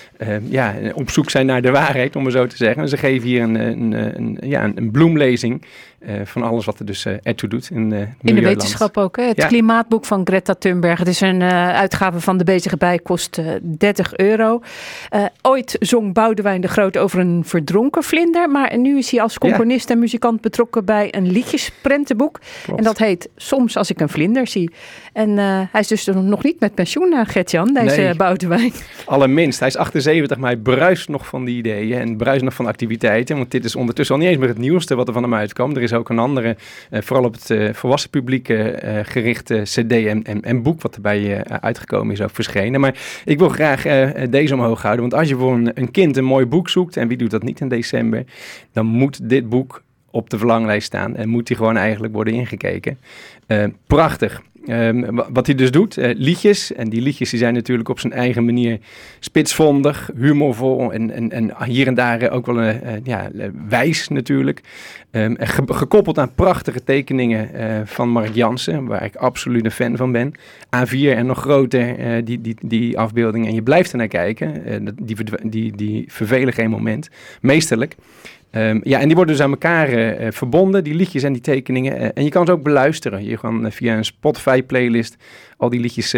op zoek zijn naar de waarheid, om maar zo te zeggen. En ze geven hier een bloemlezing van alles wat er dus ertoe doet in de wetenschap ook. Hè? Het klimaatboek van Greta Thunberg. Het is een uitgave van De Bezige Bij, kost €30. Ooit zong Boudewijn de Groot over een verdronken vlinder. Maar nu is hij als componist en muzikant betrokken bij een liedjesprentenboek. Klopt. En dat heet Soms als ik een vlinder zie. En hij is dus nog niet met pensioen, Gert-Jan, deze Boudewijn. Allerminst. Hij is 78, maar hij bruist nog van die ideeën en bruist nog van activiteiten. Want dit is ondertussen al niet eens meer het nieuwste wat er van hem uitkwam. Er is ook een andere, vooral op het volwassen publiek gerichte cd en boek wat erbij uitgekomen is, ook verschenen. Maar ik wil graag deze omhoog houden. Want als je voor een kind een mooi boek zoekt, en wie doet dat niet in december, dan moet dit boek op de verlanglijst staan en moet die gewoon eigenlijk worden ingekeken. Prachtig. Wat hij dus doet, liedjes. En die liedjes die zijn natuurlijk op zijn eigen manier spitsvondig, humorvol en hier en daar ook wel wijs natuurlijk. Gekoppeld aan prachtige tekeningen van Mark Jansen, waar ik absoluut een fan van ben. A4 en nog groter, die afbeeldingen. En je blijft er naar kijken. Die vervelen geen moment. Meesterlijk. En die worden dus aan elkaar verbonden, die liedjes en die tekeningen. En je kan ze ook beluisteren. Je kan via een Spotify-playlist al die liedjes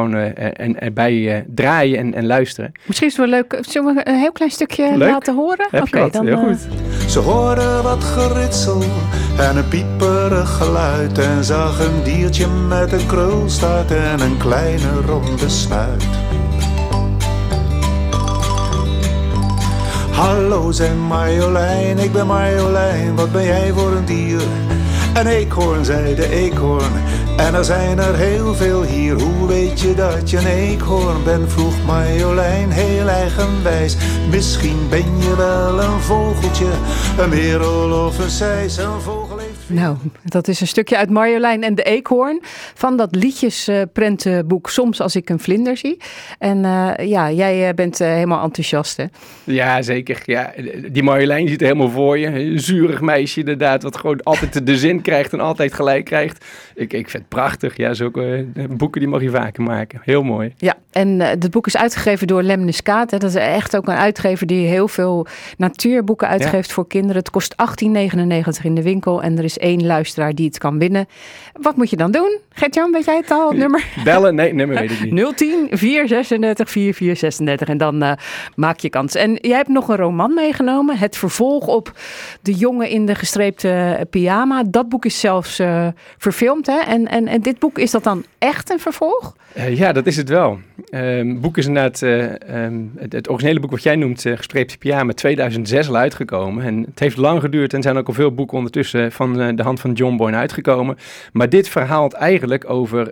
erbij draaien en luisteren. Misschien is het wel leuk. Zullen we een heel klein stukje laten horen? Oké, dan heel goed. Ze hoorden wat geritsel en een pieperig geluid en zag een diertje met een krulstaart en een kleine ronde snuit. Hallo, zei Marjolein, ik ben Marjolein, wat ben jij voor een dier? Een eekhoorn, zei de eekhoorn, en er zijn er heel veel hier. Hoe weet je dat je een eekhoorn bent, vroeg Marjolein, heel eigenwijs. Misschien ben je wel een vogeltje, een merel of een sijs, een vogel heeft... Nou, dat is een stukje uit Marjolein en de eekhoorn van dat liedjesprentenboek Soms als ik een vlinder zie. En jij bent helemaal enthousiast, hè? Ja, zeker. Ja, die Marjolein ziet er helemaal voor je. Een zurig meisje inderdaad, wat gewoon altijd de zin krijgt en altijd gelijk krijgt. Ik vind het prachtig. Ja, zulke boeken die mag je vaker maken. Heel mooi. Ja, en het boek is uitgegeven door Lemniskaat. Dat is echt ook een uitgever die heel veel natuurboeken uitgeeft voor kinderen. Het kost €18,99 in de winkel en er is 1 luisteraar die het kan winnen. Wat moet je dan doen? Gert-Jan, weet jij het al? Nummer? Bellen? Nee, nummer weet ik niet. 010 436 4436 en dan maak je kans. En jij hebt nog een roman meegenomen. Het vervolg op De jongen in de gestreepte pyjama. Dat boek is zelfs verfilmd, hè? En dit boek, is dat dan echt een vervolg? Ja, dat is het wel. Het boek is inderdaad het originele boek wat jij noemt, Gestreepte pyjama, 2006 al uitgekomen. En het heeft lang geduurd en er zijn ook al veel boeken ondertussen van de hand van John Boyne uitgekomen. Maar dit verhaalt eigenlijk over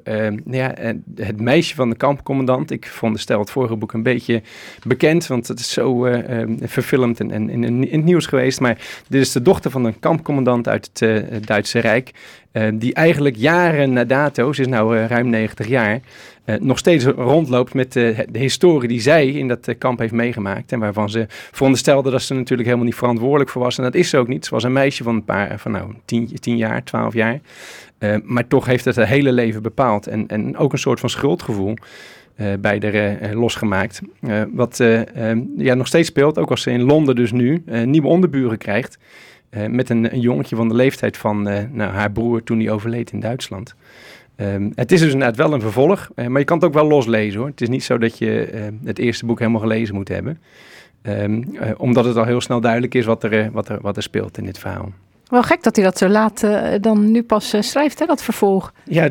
het meisje van de kampcommandant. Ik veronderstel het vorige boek een beetje bekend, want het is zo verfilmd en in het nieuws geweest. Maar dit is de dochter van een kampcommandant uit het Duitse Rijk. Die eigenlijk jaren na dato, ze is nou ruim 90 jaar, nog steeds rondloopt met de historie die zij in dat kamp heeft meegemaakt. En waarvan ze veronderstelde dat ze natuurlijk helemaal niet verantwoordelijk voor was. En dat is ze ook niet. Ze was een meisje van 10 jaar, 12 jaar. Maar toch heeft het haar hele leven bepaald. En ook een soort van schuldgevoel bij haar losgemaakt. Wat nog steeds speelt, ook als ze in Londen dus nu nieuwe onderburen krijgt. Met een jongetje van de leeftijd van haar broer toen hij overleed in Duitsland. Het is dus inderdaad wel een vervolg, maar je kan het ook wel loslezen hoor. Het is niet zo dat je het eerste boek helemaal gelezen moet hebben. Omdat het al heel snel duidelijk is wat er speelt in dit verhaal. Wel gek dat hij dat zo laat dan nu pas schrijft, hè, dat vervolg. Ja,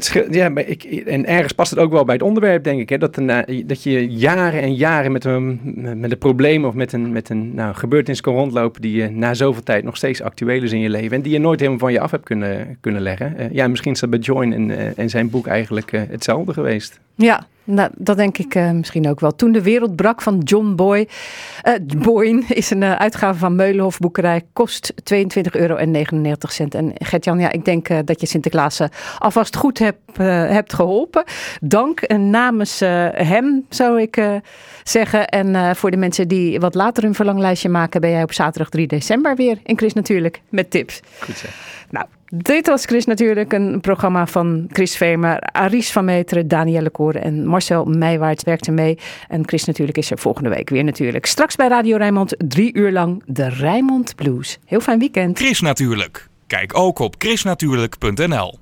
en ergens past het ook wel bij het onderwerp, denk ik. Hè, dat je jaren en jaren met een probleem of met een gebeurtenis kan rondlopen die je na zoveel tijd nog steeds actueel is in je leven. En die je nooit helemaal van je af hebt kunnen leggen. Misschien is dat bij Joyne en zijn boek eigenlijk hetzelfde geweest. Ja, nou, dat denk ik misschien ook wel. Toen de wereld brak van John Boyne is een uitgave van Meulenhof Boekerij. Kost €22,99. En Gert-Jan, ik denk dat je Sinterklaas alvast goed hebt geholpen. Dank namens hem, zou ik zeggen. En voor de mensen die wat later hun verlanglijstje maken, ben jij op zaterdag 3 december weer in Chris Natuurlijk met tips. Goed zo. Nou, dit was Chris Natuurlijk, een programma van Chris Vemer, Aries van Meteren, Danielle Koren en Marcel Meijwaert werkte mee. En Chris Natuurlijk is er volgende week weer natuurlijk. Straks bij Radio Rijnmond 3 uur lang de Rijnmond Blues. Heel fijn weekend. Chris Natuurlijk. Kijk ook op chrisnatuurlijk.nl.